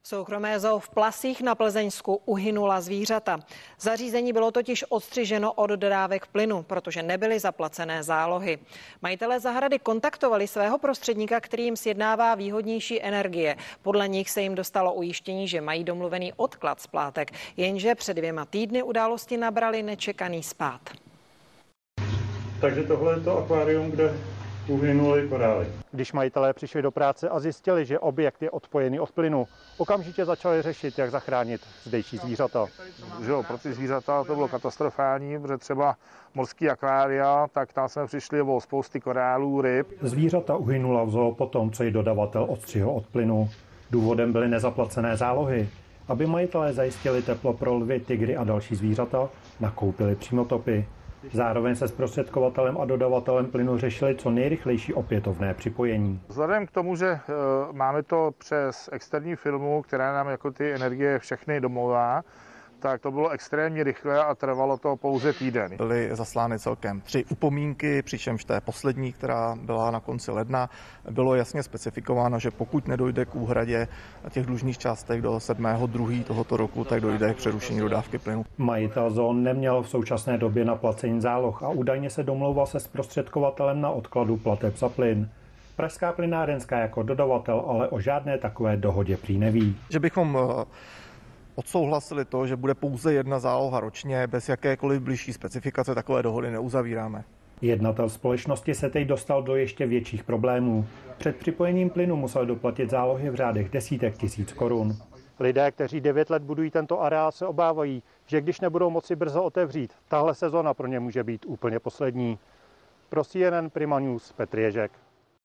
Soukromé zoo v Plasích na Plzeňsku uhynula zvířata. Zařízení bylo totiž odstřiženo od dodávek plynu, protože nebyly zaplacené zálohy. Majitelé zahrady kontaktovali svého prostředníka, který jim sjednává výhodnější energie. Podle nich se jim dostalo ujištění, že mají domluvený odklad splátek, jenže před 2 týdny události nabrali nečekaný spád. Takže tohle je to akvárium, kde uhynuly korály. Když majitelé přišli do práce a zjistili, že objekt je odpojený od plynu, okamžitě začali řešit, jak zachránit zdejší zvířata. Pro ty zvířata to bylo katastrofální, protože třeba morský akvária, tak tam jsme přišli o spousty korálů, ryb. Zvířata uhynula v zoo potom, co ji dodavatel odstřihl od plynu. Důvodem byly nezaplacené zálohy. Aby majitelé zajistili teplo pro lvy, tygry a další zvířata, nakoupili přímotopy. Zároveň se zprostředkovatelem a dodavatelem plynu řešili co nejrychlejší opětovné připojení. Vzhledem k tomu, že máme to přes externí firmu, která nám jako ty energie všechny domlouvá, tak to bylo extrémně rychle a trvalo to pouze týden. Byly zaslány celkem 3 upomínky, přičemž té poslední, která byla na konci ledna, bylo jasně specifikováno, že pokud nedojde k úhradě těch dlužných částek do 7.2. tohoto roku, tak dojde k přerušení dodávky plynu. Majitel zoo neměl v současné době na placení záloh a údajně se domlouval se zprostředkovatelem na odkladu plateb za plyn. Pražská plynárenská jako dodavatel ale o žádné takové dohodě prý neví. Že bychom odsouhlasili to, že bude pouze 1 záloha ročně, bez jakékoliv bližší specifikace, takové dohody neuzavíráme. Jednatel společnosti se teď dostal do ještě větších problémů. Před připojením plynu musel doplatit zálohy v řádech desítek tisíc korun. Lidé, kteří 9 let budují tento areál, se obávají, že když nebudou moci brzo otevřít, tahle sezona pro ně může být úplně poslední. Pro CNN Prima News Petr Ježek.